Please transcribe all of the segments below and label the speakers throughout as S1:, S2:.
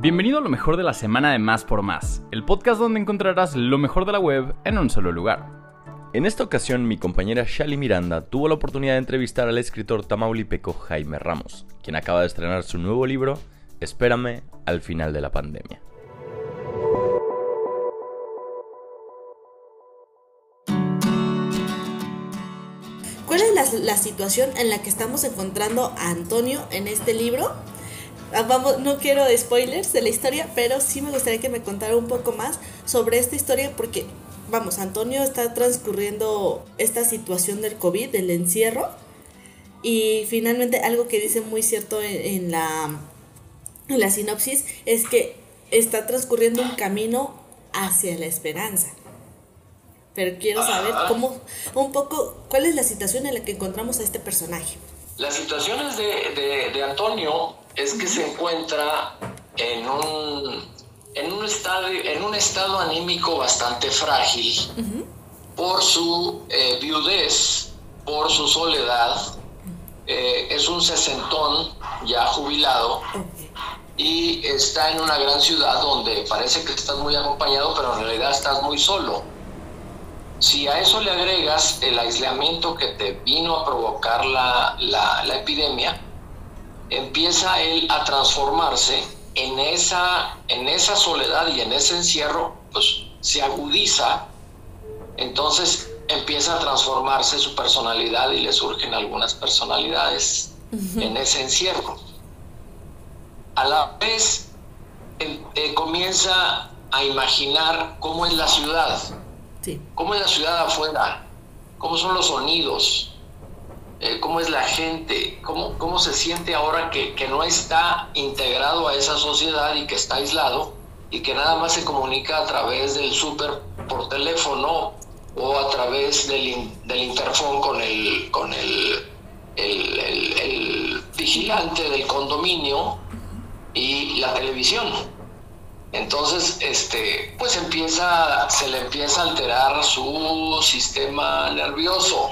S1: Bienvenido a lo mejor de la semana de Más por Más, el podcast donde encontrarás lo mejor de la web en un solo lugar. En esta ocasión, mi compañera Shali Miranda tuvo la oportunidad de entrevistar al escritor tamaulipeco Jaime Ramos, quien acaba de estrenar su nuevo libro, Espérame al final de la pandemia.
S2: ¿Cuál es la situación en la que estamos encontrando a Antonio en este libro? Vamos, no quiero spoilers de la historia, pero sí me gustaría que me contara un poco más sobre esta historia porque, vamos, Antonio está transcurriendo esta situación del COVID, del encierro, y finalmente algo que dice muy cierto en la sinopsis es que está transcurriendo un camino hacia la esperanza. Pero quiero saber cuál es la situación en la que encontramos a este personaje.
S3: La situación es de Antonio es que se encuentra en un estado anímico bastante frágil, por su viudez, por su soledad. Es un sesentón ya jubilado, y está en una gran ciudad donde parece que estás muy acompañado, pero en realidad estás muy solo. Si a eso le agregas el aislamiento que te vino a provocar la epidemia, empieza él a transformarse en esa soledad, y en ese encierro pues se agudiza. Entonces empieza a transformarse su personalidad y le surgen algunas personalidades en ese encierro. A la vez comienza a imaginar cómo es la ciudad.
S2: Sí.
S3: ¿Cómo es la ciudad afuera? ¿Cómo son los sonidos? ¿Cómo es la gente? ¿Cómo se siente ahora que no está integrado a esa sociedad y que está aislado y que nada más se comunica a través del súper por teléfono o a través del interfón con el vigilante del condominio y la televisión? Entonces, pues se le empieza a alterar su sistema nervioso.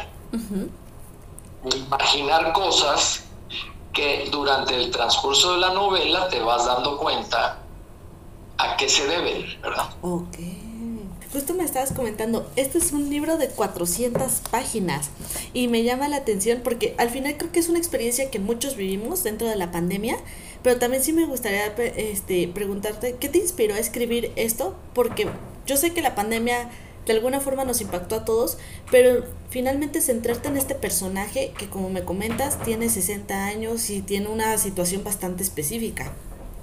S3: Imaginar cosas que durante el transcurso de la novela te vas dando cuenta a qué se deben, ¿verdad?
S2: Ok. Justo me estabas comentando, este es un libro de 400 páginas y me llama la atención porque al final creo que es una experiencia que muchos vivimos dentro de la pandemia, pero también sí me gustaría preguntarte, ¿qué te inspiró a escribir esto? Porque yo sé que la pandemia de alguna forma nos impactó a todos, pero finalmente centrarte en este personaje que, como me comentas, tiene 60 años y tiene una situación bastante específica.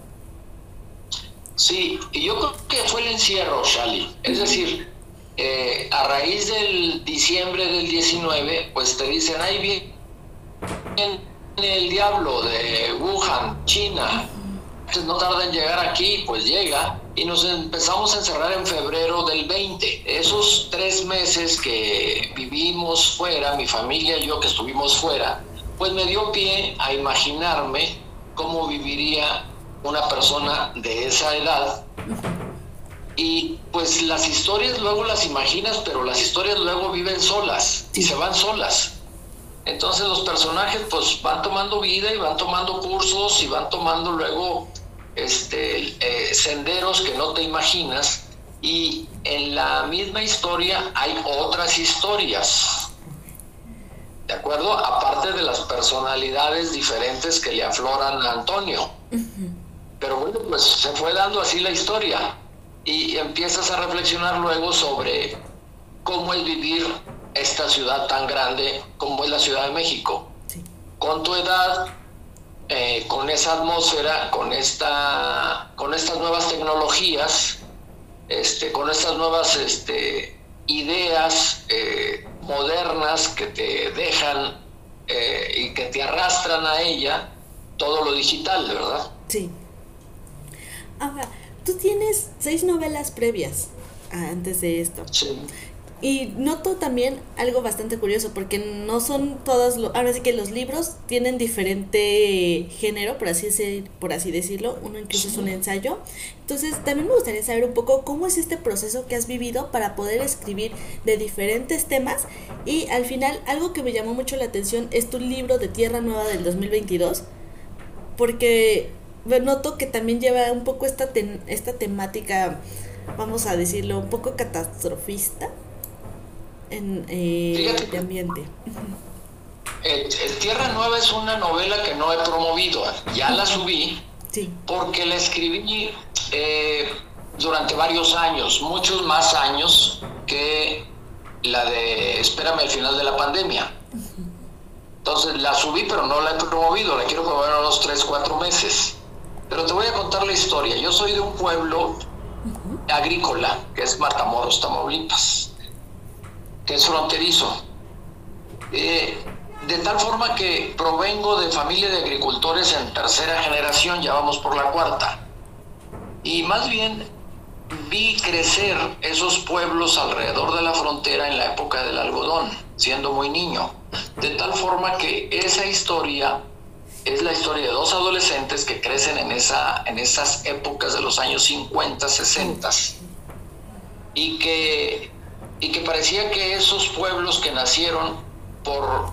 S3: Sí, y yo creo que fue el encierro, Shali. Es decir, a raíz del diciembre del 19, pues te dicen, ahí viene el diablo de Wuhan, China. Entonces no tarda en llegar aquí, pues llega, y nos empezamos a encerrar en febrero del 20. Esos 3 meses que vivimos fuera, mi familia y yo que estuvimos fuera, pues me dio pie a imaginarme cómo viviría una persona de esa edad. Y pues las historias luego las imaginas, pero las historias luego viven solas y se van solas. Entonces los personajes pues van tomando vida y van tomando cursos y van tomando luego senderos que no te imaginas, y en la misma historia hay otras historias, ¿de acuerdo? Aparte de las personalidades diferentes que le afloran a Antonio. Pero bueno, pues se fue dando así la historia y empiezas a reflexionar luego sobre cómo es vivir esta ciudad tan grande como es la Ciudad de México.
S2: Sí.
S3: Con tu edad, con esa atmósfera, con estas nuevas tecnologías, con estas nuevas ideas modernas que te dejan y que te arrastran a ella, todo lo digital, ¿verdad?
S2: Sí. Ahora, tú tienes 6 novelas previas antes de esto.
S3: Sí.
S2: Y noto también algo bastante curioso, porque no son todas, ahora sí que los libros tienen diferente género, por así decirlo, uno incluso es un ensayo. Entonces también me gustaría saber un poco cómo es este proceso que has vivido para poder escribir de diferentes temas, y al final algo que me llamó mucho la atención es tu libro de Tierra Nueva del 2022, porque noto que también lleva un poco esta temática, vamos a decirlo, un poco catastrofista en el ambiente.
S3: Tierra Nueva es una novela que no he promovido, ya la subí,
S2: sí,
S3: porque la escribí durante varios años, muchos más años que la de Espérame al final de la pandemia. Entonces la subí, pero no la he promovido, la quiero promover en unos 3-4 meses. Pero te voy a contar la historia. Yo soy de un pueblo agrícola, que es Matamoros, Tamaulipas, que es fronterizo. De tal forma que provengo de familia de agricultores en tercera generación, ya vamos por la cuarta. Y más bien vi crecer esos pueblos alrededor de la frontera en la época del algodón, siendo muy niño. De tal forma que esa historia es la historia de dos adolescentes que crecen en esas épocas de los años 50, 60, y que parecía que esos pueblos que nacieron por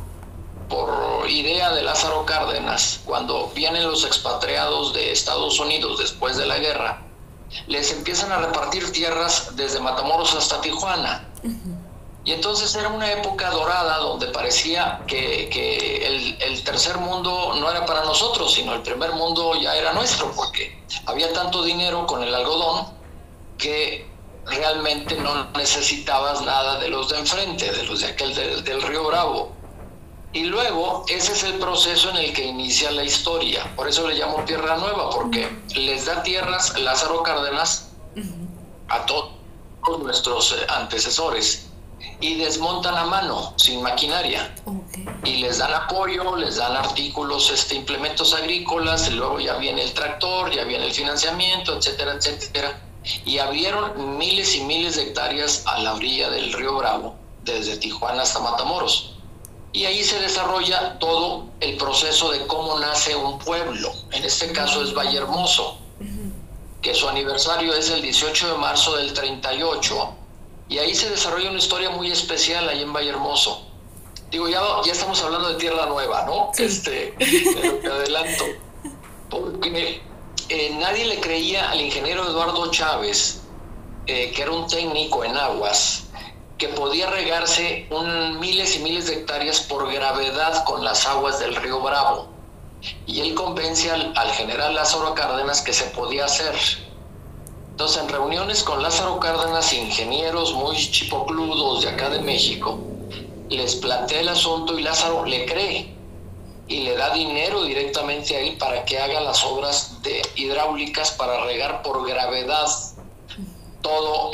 S3: idea de Lázaro Cárdenas, cuando vienen los expatriados de Estados Unidos después de la guerra, les empiezan a repartir tierras desde Matamoros hasta Tijuana. Y entonces era una época dorada donde parecía que el tercer mundo no era para nosotros, sino el primer mundo ya era nuestro, porque había tanto dinero con el algodón que realmente no necesitabas nada de los de enfrente, de los de aquel del Río Bravo. Y luego ese es el proceso en el que inicia la historia. Por eso le llamo Tierra Nueva, porque les da tierras Lázaro Cárdenas a todos nuestros antecesores y desmontan a mano, sin maquinaria.
S2: Okay.
S3: Y les dan apoyo, les dan artículos, implementos agrícolas, y luego ya viene el tractor, ya viene el financiamiento, etcétera, etcétera. Y abrieron miles y miles de hectáreas a la orilla del Río Bravo, desde Tijuana hasta Matamoros. Y ahí se desarrolla todo el proceso de cómo nace un pueblo. En este caso es Vallehermoso, que su aniversario es el 18 de marzo del 38. Y ahí se desarrolla una historia muy especial ahí en Vallehermoso. Digo, ya estamos hablando de Tierra Nueva, ¿no?
S2: Sí.
S3: De lo que adelanto. Porque nadie le creía al ingeniero Eduardo Chávez, que era un técnico en aguas, que podía regarse miles y miles de hectáreas por gravedad con las aguas del Río Bravo. Y él convence al general Lázaro Cárdenas que se podía hacer. Entonces, en reuniones con Lázaro Cárdenas, ingenieros muy chipocludos de acá de México, les plantea el asunto y Lázaro le cree y le da dinero directamente a él para que haga las obras hidráulicas para regar por gravedad todo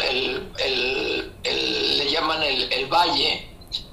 S3: le llaman el valle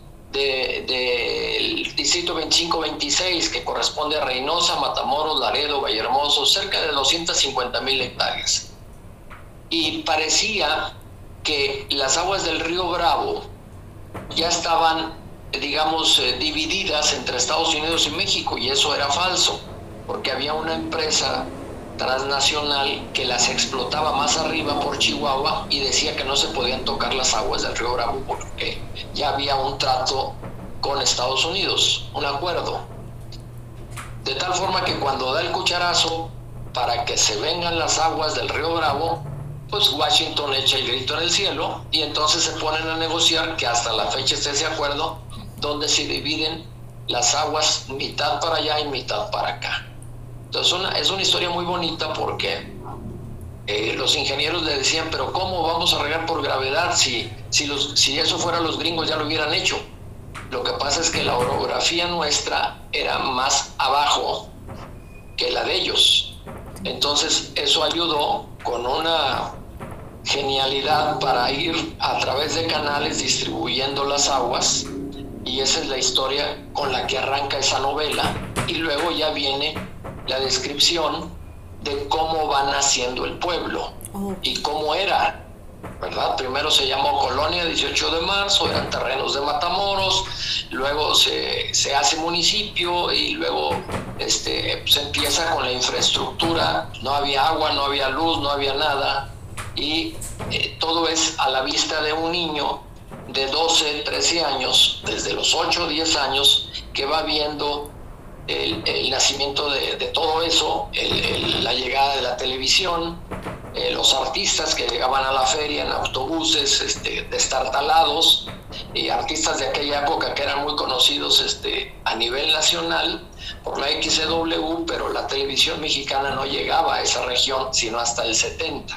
S3: del distrito 25-26, que corresponde a Reynosa, Matamoros, Laredo, Vallehermoso, cerca de 250,000 hectáreas. Y parecía que las aguas del Río Bravo ya estaban, digamos, divididas entre Estados Unidos y México, y eso era falso, porque había una empresa transnacional que las explotaba más arriba por Chihuahua y decía que no se podían tocar las aguas del Río Bravo porque ya había un trato con Estados Unidos, un acuerdo. De tal forma que cuando da el cucharazo para que se vengan las aguas del Río Bravo, pues Washington echa el grito en el cielo y entonces se ponen a negociar, que hasta la fecha está ese acuerdo, donde se dividen las aguas mitad para allá y mitad para acá. Entonces es una historia muy bonita porque los ingenieros le decían, pero ¿cómo vamos a regar por gravedad? Si eso fuera, los gringos ya lo hubieran hecho. Lo que pasa es que la orografía nuestra era más abajo que la de ellos. Entonces eso ayudó con una genialidad para ir a través de canales distribuyendo las aguas, y esa es la historia con la que arranca esa novela, y luego ya viene la descripción de cómo va naciendo el pueblo y cómo era, ¿verdad? Primero se llamó Colonia 18 de marzo, eran terrenos de Matamoros, luego se hace municipio y luego se empieza con la infraestructura, no había agua, no había luz, no había nada, y todo es a la vista de un niño de 12, 13 años, desde los 8 o 10 años, que va viendo el nacimiento de todo eso, la llegada de la televisión, los artistas que llegaban a la feria en autobuses destartalados, y artistas de aquella época que eran muy conocidos a nivel nacional por la XCW, pero la televisión mexicana no llegaba a esa región sino hasta el 70.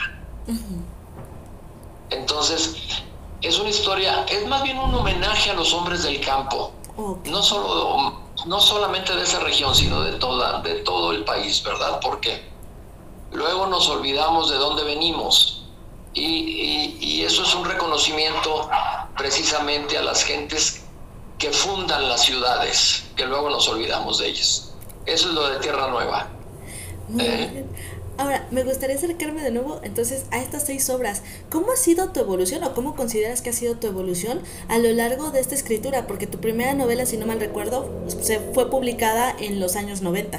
S3: Entonces, es una historia, es más bien un homenaje a los hombres del campo, no solamente de esa región, sino de todo el país, ¿verdad? Porque luego nos olvidamos de dónde venimos, y eso es un reconocimiento precisamente a las gentes que fundan las ciudades, que luego nos olvidamos de ellas. Eso es lo de Tierra Nueva.
S2: Muy bien. Ahora, me gustaría acercarme de nuevo entonces a estas 6 obras. ¿Cómo ha sido tu evolución o cómo consideras que ha sido tu evolución a lo largo de esta escritura? Porque tu primera novela, si no mal recuerdo, fue publicada en los años 90.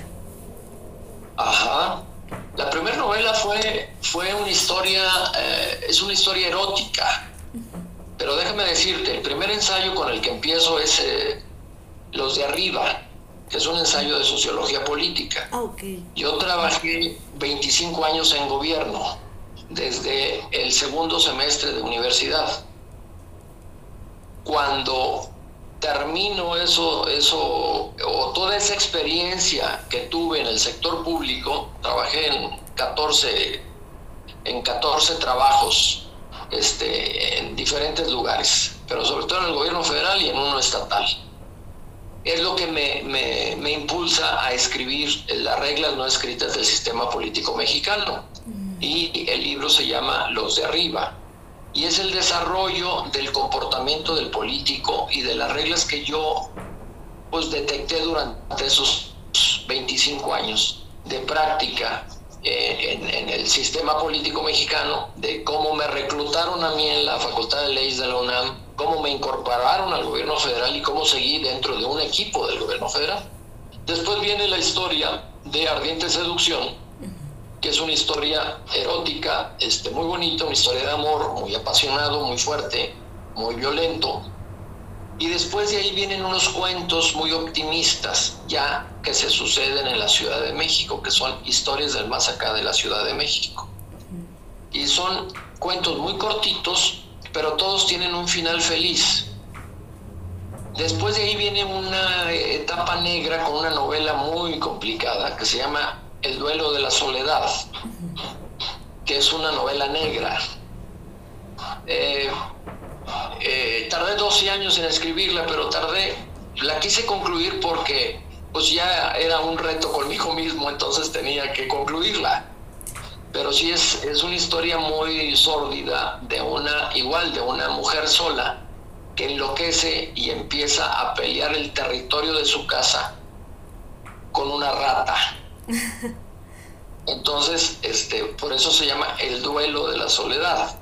S3: Ajá. La primera novela fue una historia, es una historia erótica. Pero déjame decirte, el primer ensayo con el que empiezo es Los de Arriba, que es un ensayo de sociología política.
S2: Okay.
S3: Yo trabajé 25 años en gobierno, desde el segundo semestre de universidad. Cuando termino toda esa experiencia que tuve en el sector público, trabajé en 14 trabajos en diferentes lugares, pero sobre todo en el gobierno federal y en uno estatal. Es lo que me impulsa a escribir las reglas no escritas del sistema político mexicano. Y el libro se llama Los de Arriba. Y es el desarrollo del comportamiento del político y de las reglas que yo detecté durante esos 25 años de práctica en el sistema político mexicano, de cómo me reclutaron a mí en la Facultad de Leyes de la UNAM, cómo me incorporaron al gobierno federal y cómo seguí dentro de un equipo del gobierno federal. Después viene la historia de Ardiente Seducción, que es una historia erótica, muy bonita, una historia de amor, muy apasionado, muy fuerte, muy violento. Y después de ahí vienen unos cuentos muy optimistas, ya que se suceden en la Ciudad de México, que son historias del más acá de la Ciudad de México. Y son cuentos muy cortitos, pero todos tienen un final feliz. Después de ahí viene una etapa negra con una novela muy complicada que se llama El duelo de la soledad, que es una novela negra. Tardé 12 años en escribirla, pero la quise concluir porque ya era un reto conmigo mismo, entonces tenía que concluirla. Pero sí es una historia muy sórdida de una mujer sola que enloquece y empieza a pelear el territorio de su casa con una rata. Entonces, por eso se llama El duelo de la soledad.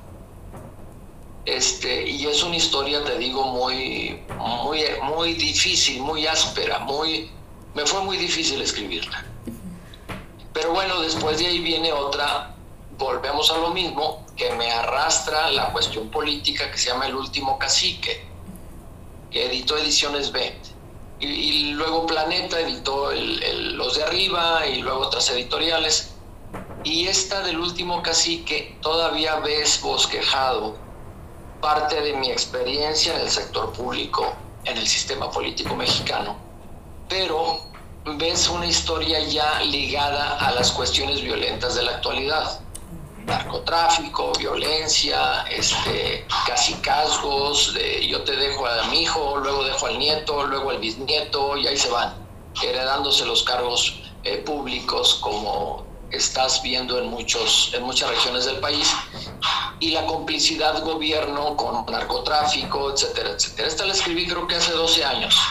S3: Y es una historia, te digo, muy, muy, muy difícil, muy áspera, me fue muy difícil escribirla. Pero bueno, después de ahí viene otra, volvemos a lo mismo, que me arrastra la cuestión política, que se llama El último cacique, que editó Ediciones B. Y luego Planeta editó Los de Arriba, y luego otras editoriales. Y esta del último cacique todavía ves bosquejado parte de mi experiencia en el sector público, en el sistema político mexicano, pero ves una historia ya ligada a las cuestiones violentas de la actualidad. Narcotráfico, violencia, cacicazgos, yo te dejo a mi hijo, luego dejo al nieto, luego al bisnieto, y ahí se van, heredándose los cargos públicos, como estás viendo en muchas regiones del país, y la complicidad gobierno con narcotráfico, etcétera, etcétera. Esta la escribí creo que hace 12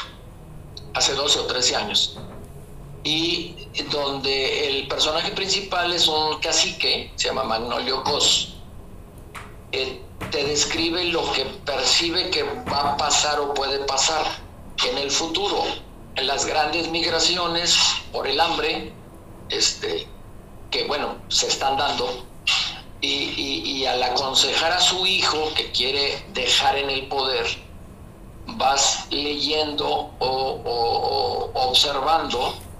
S3: o 13 años. Y donde el personaje principal es un cacique, se llama Magnolio Cos. Te describe lo que percibe que va a pasar o puede pasar en el futuro, en las grandes migraciones por el hambre, que bueno, se están dando, y al aconsejar a su hijo que quiere dejar en el poder, vas leyendo o observando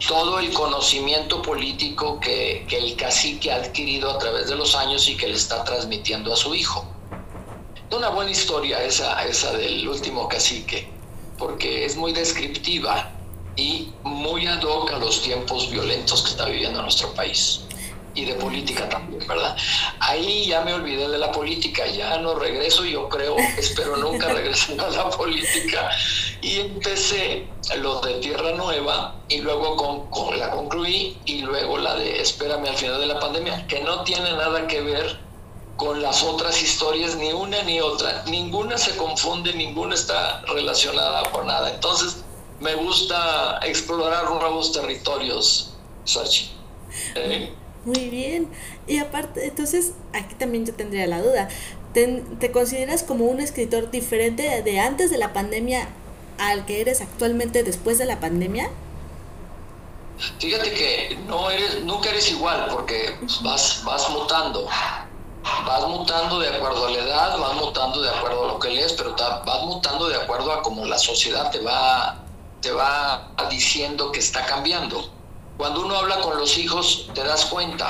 S3: todo el conocimiento político que el cacique ha adquirido a través de los años y que le está transmitiendo a su hijo. Una buena historia esa del último cacique, porque es muy descriptiva y muy ad hoc a los tiempos violentos que está viviendo nuestro país. Y de política también, ¿verdad? Ahí ya me olvidé de la política, ya no regreso, yo creo, espero nunca regresar a la política. Y empecé lo de Tierra Nueva y luego la concluí y luego la de Espérame al final de la pandemia, que no tiene nada que ver con las otras historias, ni una ni otra. Ninguna se confunde, ninguna está relacionada con nada. Entonces, me gusta explorar nuevos territorios, Sachi.
S2: Muy bien. Y aparte, entonces, aquí también yo tendría la duda. ¿Te consideras como un escritor diferente de antes de la pandemia al que eres actualmente después de la pandemia?
S3: Fíjate que nunca eres igual, porque vas mutando. Vas mutando de acuerdo a la edad, vas mutando de acuerdo a lo que lees, pero vas mutando de acuerdo a cómo la sociedad te va diciendo que está cambiando. Cuando uno habla con los hijos, te das cuenta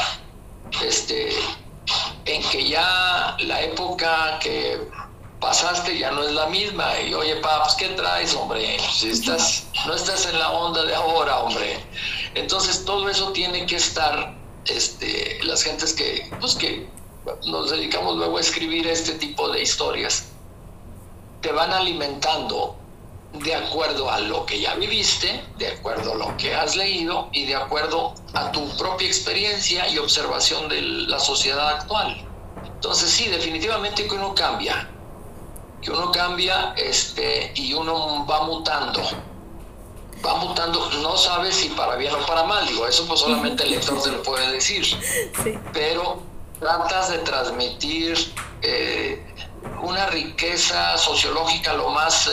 S3: en que ya la época que pasaste ya no es la misma. Y oye, pues, ¿qué traes, hombre? Si no estás en la onda de ahora, hombre. Entonces, todo eso tiene que estar, las gentes que nos dedicamos luego a escribir este tipo de historias, te van alimentando de acuerdo a lo que ya viviste, de acuerdo a lo que has leído y de acuerdo a tu propia experiencia y observación de la sociedad actual. Entonces sí, definitivamente que uno cambia y uno va mutando, no sabes si para bien o para mal, digo, eso pues solamente el lector te lo puede decir, sí. Pero tratas de transmitir una riqueza sociológica lo más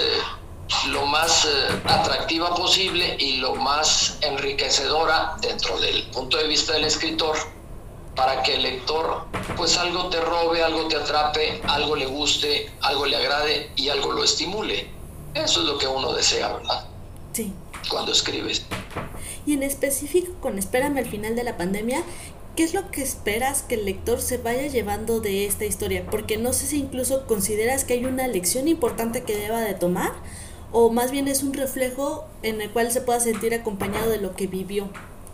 S3: atractiva posible y lo más enriquecedora dentro del punto de vista del escritor, para que el lector pues algo te robe, algo te atrape, algo le guste, algo le agrade y algo lo estimule. Eso es lo que uno desea, ¿verdad?
S2: Sí.
S3: Cuando escribes.
S2: Y en específico con Espérame al final de la pandemia, ¿qué es lo que esperas que el lector se vaya llevando de esta historia? Porque no sé si incluso consideras que hay una lección importante que deba de tomar, o más bien es un reflejo en el cual se pueda sentir acompañado de lo que vivió.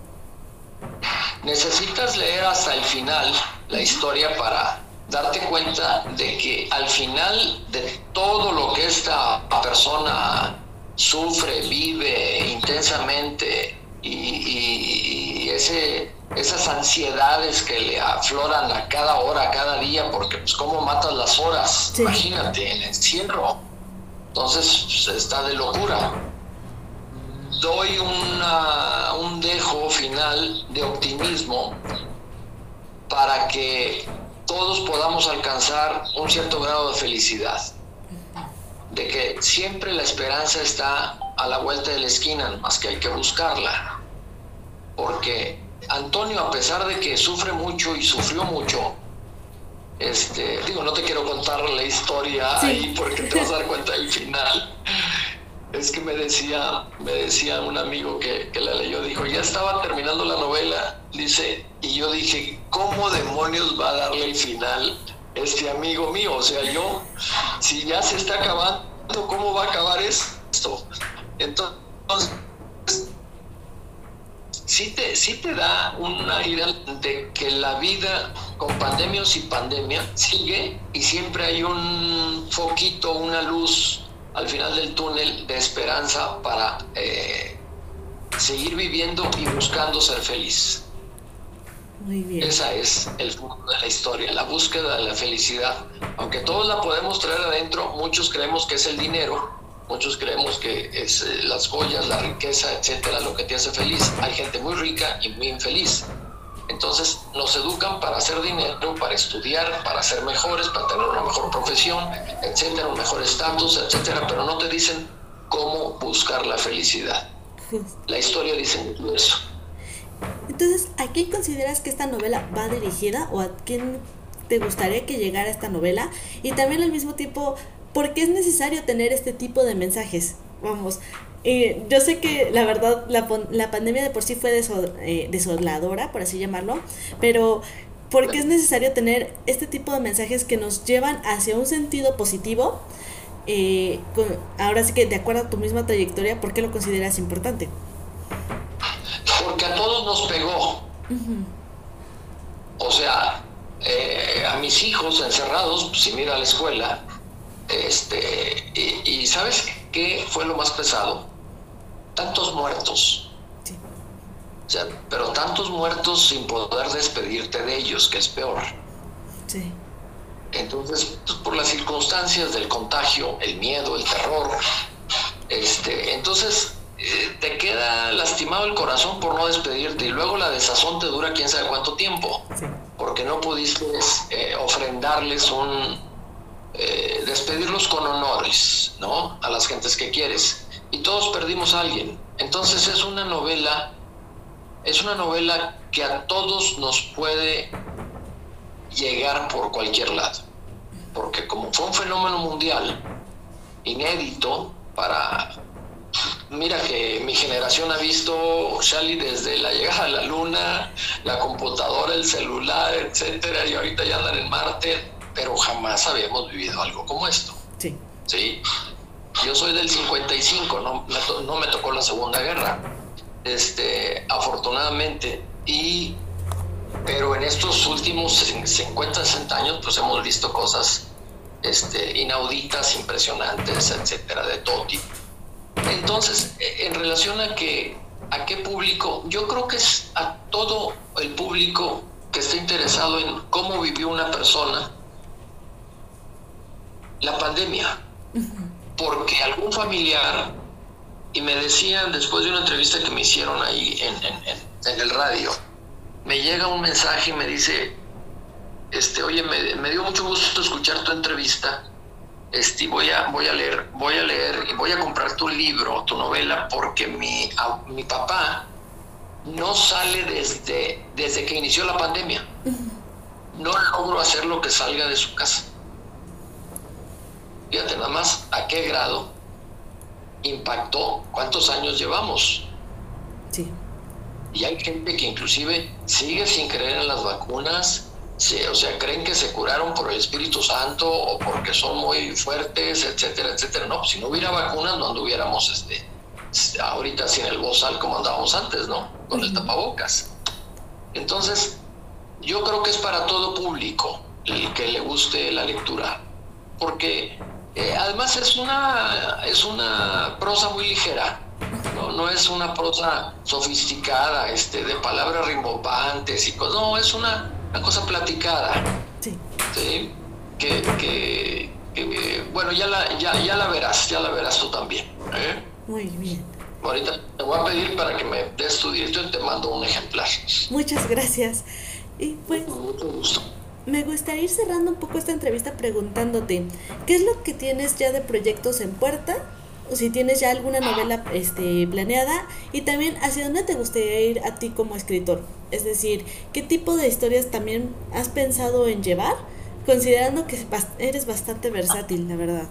S3: Necesitas leer hasta el final la historia para darte cuenta de que al final de todo lo que esta persona sufre, vive intensamente y esas ansiedades que le afloran a cada hora, a cada día, porque pues cómo matas las horas, sí. Imagínate, en el encierro. Entonces pues, está de locura. Doy un dejo final de optimismo para que todos podamos alcanzar un cierto grado de felicidad, de que siempre la esperanza está a la vuelta de la esquina, más que hay que buscarla, porque Antonio, a pesar de que sufre mucho y sufrió mucho, no te quiero contar la historia sí. Ahí porque te vas a dar cuenta del final. Es que me decía un amigo que la leyó, dijo, ya estaba terminando la novela, dice, y yo dije, ¿cómo demonios va a darle el final este amigo mío? O sea, yo, si ya se está acabando, ¿cómo va a acabar esto? Entonces, sí te da una idea de que la vida con pandemias y pandemia sigue y siempre hay un foquito, una luz al final del túnel de esperanza para seguir viviendo y buscando ser feliz.
S2: Muy bien.
S3: Esa es el fondo de la historia, la búsqueda de la felicidad. Aunque todos la podemos traer adentro, muchos creemos que es el dinero, muchos creemos que es las joyas, la riqueza, etcétera, lo que te hace feliz. Hay gente muy rica y muy infeliz. Entonces nos educan para hacer dinero, para estudiar, para ser mejores, para tener una mejor profesión, etcétera, un mejor estatus, etcétera, pero no te dicen cómo buscar la felicidad. La historia dice eso.
S2: Entonces, ¿a quién consideras que esta novela va dirigida o a quién te gustaría que llegara esta novela? Y también al mismo tiempo, ¿por qué es necesario tener este tipo de mensajes? Vamos, Yo sé que la verdad la pandemia de por sí fue desoladora, por así llamarlo, pero ¿por qué es necesario tener este tipo de mensajes que nos llevan hacia un sentido positivo? Ahora sí que de acuerdo a tu misma trayectoria, ¿por qué lo consideras importante?
S3: Porque a todos nos pegó. O sea, a mis hijos encerrados, pues, sin ir a la escuela, y ¿sabes qué fue lo más pesado? Tantos muertos.
S2: Sí.
S3: O sea, pero tantos muertos sin poder despedirte de ellos, que es peor.
S2: Sí.
S3: Entonces, pues, por las circunstancias del contagio, el miedo, el terror, entonces te queda lastimado el corazón por no despedirte, y luego la desazón te dura quién sabe cuánto tiempo,
S2: Sí.
S3: porque no pudiste ofrendarles despedirlos con honores, ¿no? A las gentes que quieres, y todos perdimos a alguien. Entonces es una novela que a todos nos puede llegar por cualquier lado, porque como fue un fenómeno mundial inédito mira que mi generación ha visto, Shally, desde la llegada a la luna, la computadora, el celular, etcétera, y ahorita ya andan en Marte, pero jamás habíamos vivido algo como esto.
S2: Sí.
S3: ¿Sí? Yo soy del 55, no me tocó la Segunda Guerra, afortunadamente, pero en estos últimos 50, 60 años pues hemos visto cosas inauditas, impresionantes, etcétera, de todo tipo. Entonces, en relación a qué público, yo creo que es a todo el público que esté interesado en cómo vivió una persona la pandemia, porque algún familiar, y me decían después de una entrevista que me hicieron ahí en el radio, me llega un mensaje y me dice, oye, me dio mucho gusto escuchar tu entrevista, voy a leer y voy a comprar tu libro, tu novela, porque mi papá no sale desde que inició la pandemia. No logro hacer lo que salga de su casa. Fíjate nada más a qué grado impactó, cuántos años llevamos.
S2: Sí.
S3: Y hay gente que inclusive sigue sin creer en las vacunas. Sí, o sea, creen que se curaron por el Espíritu Santo o porque son muy fuertes, etcétera, etcétera. No, pues si no hubiera vacunas no anduviéramos ahorita sin el bozal como andábamos antes, ¿no? Con el tapabocas. Entonces, yo creo que es para todo público el que le guste la lectura, porque además es una prosa muy ligera. No es una prosa sofisticada, de palabras rimbombantes y cosas. No, es una cosa platicada.
S2: Sí.
S3: ¿Sí? Que bueno, ya la verás tú también.
S2: Muy bien.
S3: Ahorita te voy a pedir para que me des tu directo y te mando un ejemplar.
S2: Muchas gracias. Y pues,
S3: Con mucho gusto.
S2: me gustaría ir cerrando un poco esta entrevista preguntándote, ¿qué es lo que tienes ya de proyectos en puerta? O si tienes ya alguna novela planeada, y también hacia dónde te gustaría ir a ti como escritor. Es decir, ¿qué tipo de historias también has pensado en llevar? Considerando que eres bastante versátil, la verdad.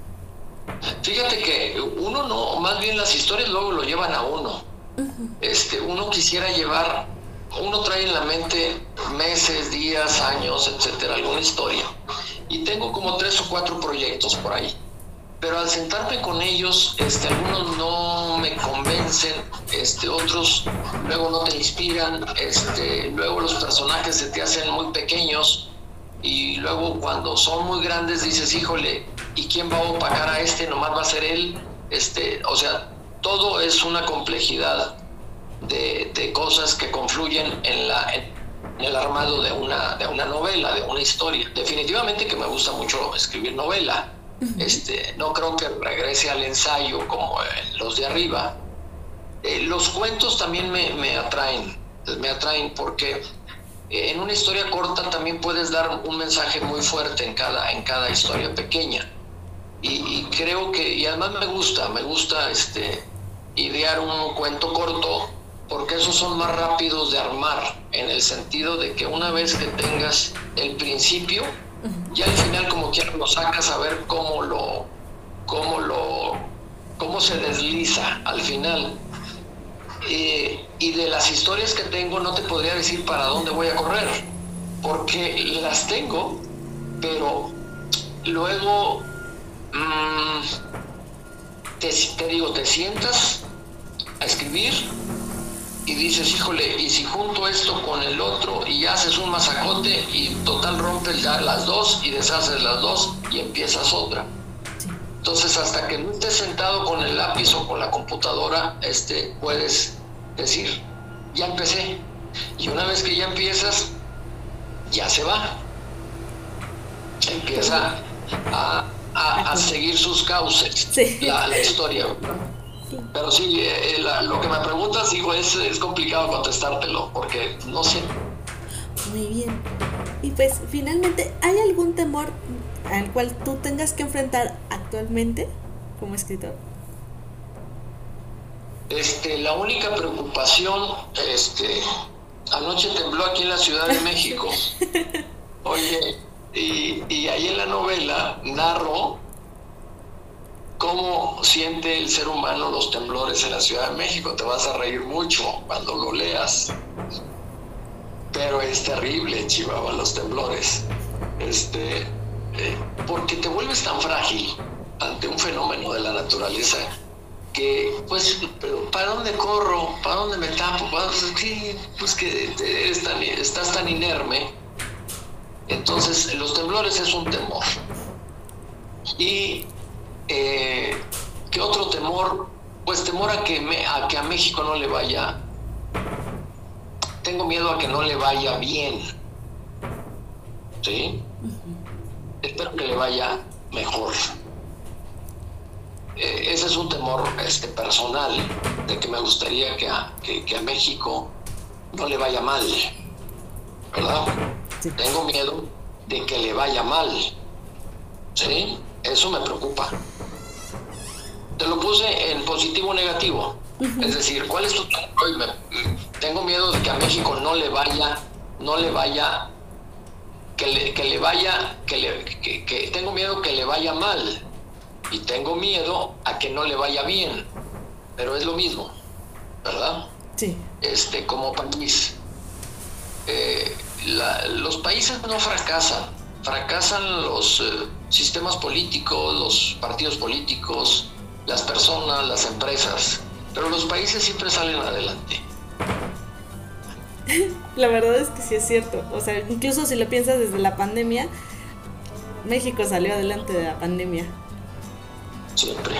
S3: Fíjate que uno no, más bien las historias luego lo llevan a uno. Uno quisiera llevar, uno trae en la mente meses, días, años, etcétera, alguna historia. Y tengo como 3 o 4 proyectos por ahí. Pero al sentarme con ellos, algunos no me convencen, otros luego no te inspiran, luego los personajes se te hacen muy pequeños, y luego cuando son muy grandes dices, híjole, ¿y quién va a opacar a nomás va a ser él? O sea, todo es una complejidad de cosas que confluyen en el armado de una novela, de una historia. Definitivamente que me gusta mucho escribir novela. No creo que regrese al ensayo como los de arriba. Los cuentos también me atraen porque en una historia corta también puedes dar un mensaje muy fuerte en cada historia pequeña, y creo que, y además me gusta idear un cuento corto, porque esos son más rápidos de armar, en el sentido de que una vez que tengas el principio, ya al final como quieras lo sacas a ver cómo cómo se desliza al final. Y de las historias que tengo no te podría decir para dónde voy a correr, porque las tengo, pero luego te sientas a escribir y dices, híjole, y si junto esto con el otro y haces un masacote y total rompes ya las dos y deshaces las dos y empiezas otra. Entonces, hasta que no estés sentado con el lápiz o con la computadora, puedes decir, ya empecé. Y una vez que ya empiezas, ya se va. Empieza a seguir sus cauces, sí. la historia. Pero sí, lo que me preguntas, digo, es complicado contestártelo, porque no sé.
S2: Muy bien. Y pues, finalmente, ¿hay algún temor al cual tú tengas que enfrentar actualmente como escritor?
S3: La única preocupación, anoche tembló aquí en la Ciudad de México. Oye, y ahí en la novela narro cómo siente el ser humano los temblores en la Ciudad de México. Te vas a reír mucho cuando lo leas. Pero es terrible, Chihuahua, los temblores. Porque te vuelves tan frágil ante un fenómeno de la naturaleza que, pues, pero ¿para dónde corro? ¿Para dónde me tapo? Pues que estás tan inerme. Entonces, los temblores es un temor. Y ¿qué otro temor? Pues temor a que a México no le vaya. Tengo miedo a que no le vaya bien. ¿Sí? Espero que le vaya mejor. Ese es un temor personal, de que me gustaría que a México no le vaya mal, ¿verdad? Sí. Tengo miedo de que le vaya mal, ¿sí? Eso me preocupa. Te lo puse en positivo o negativo. Uh-huh. Es decir, ¿cuál es tu temor? Tengo miedo de que a México no le vaya, tengo miedo que le vaya mal, y tengo miedo a que no le vaya bien, pero es lo mismo, ¿verdad?
S2: Sí.
S3: Como país, los países no fracasan los sistemas políticos, los partidos políticos, las personas, las empresas, pero los países siempre salen adelante.
S2: La verdad es que sí es cierto. O sea, incluso si lo piensas desde la pandemia, México salió adelante de la pandemia.
S3: Siempre.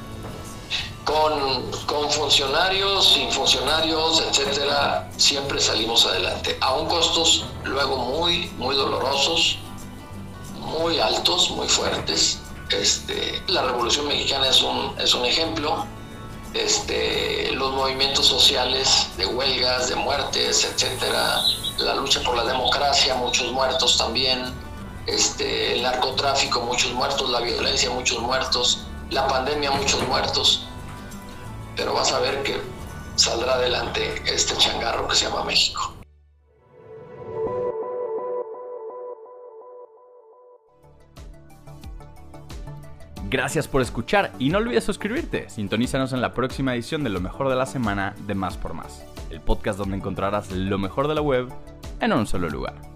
S3: Con funcionarios, sin funcionarios, etcétera, siempre salimos adelante. Aún costos luego muy, muy dolorosos, muy altos, muy fuertes. La Revolución Mexicana es un ejemplo. Los movimientos sociales de huelgas, de muertes, etcétera, la lucha por la democracia, muchos muertos también, el narcotráfico, muchos muertos, la violencia, muchos muertos, la pandemia, muchos muertos, pero vas a ver que saldrá adelante este changarro que se llama México.
S1: Gracias por escuchar y no olvides suscribirte. Sintonízanos en la próxima edición de Lo Mejor de la Semana de Más por Más, el podcast donde encontrarás lo mejor de la web en un solo lugar.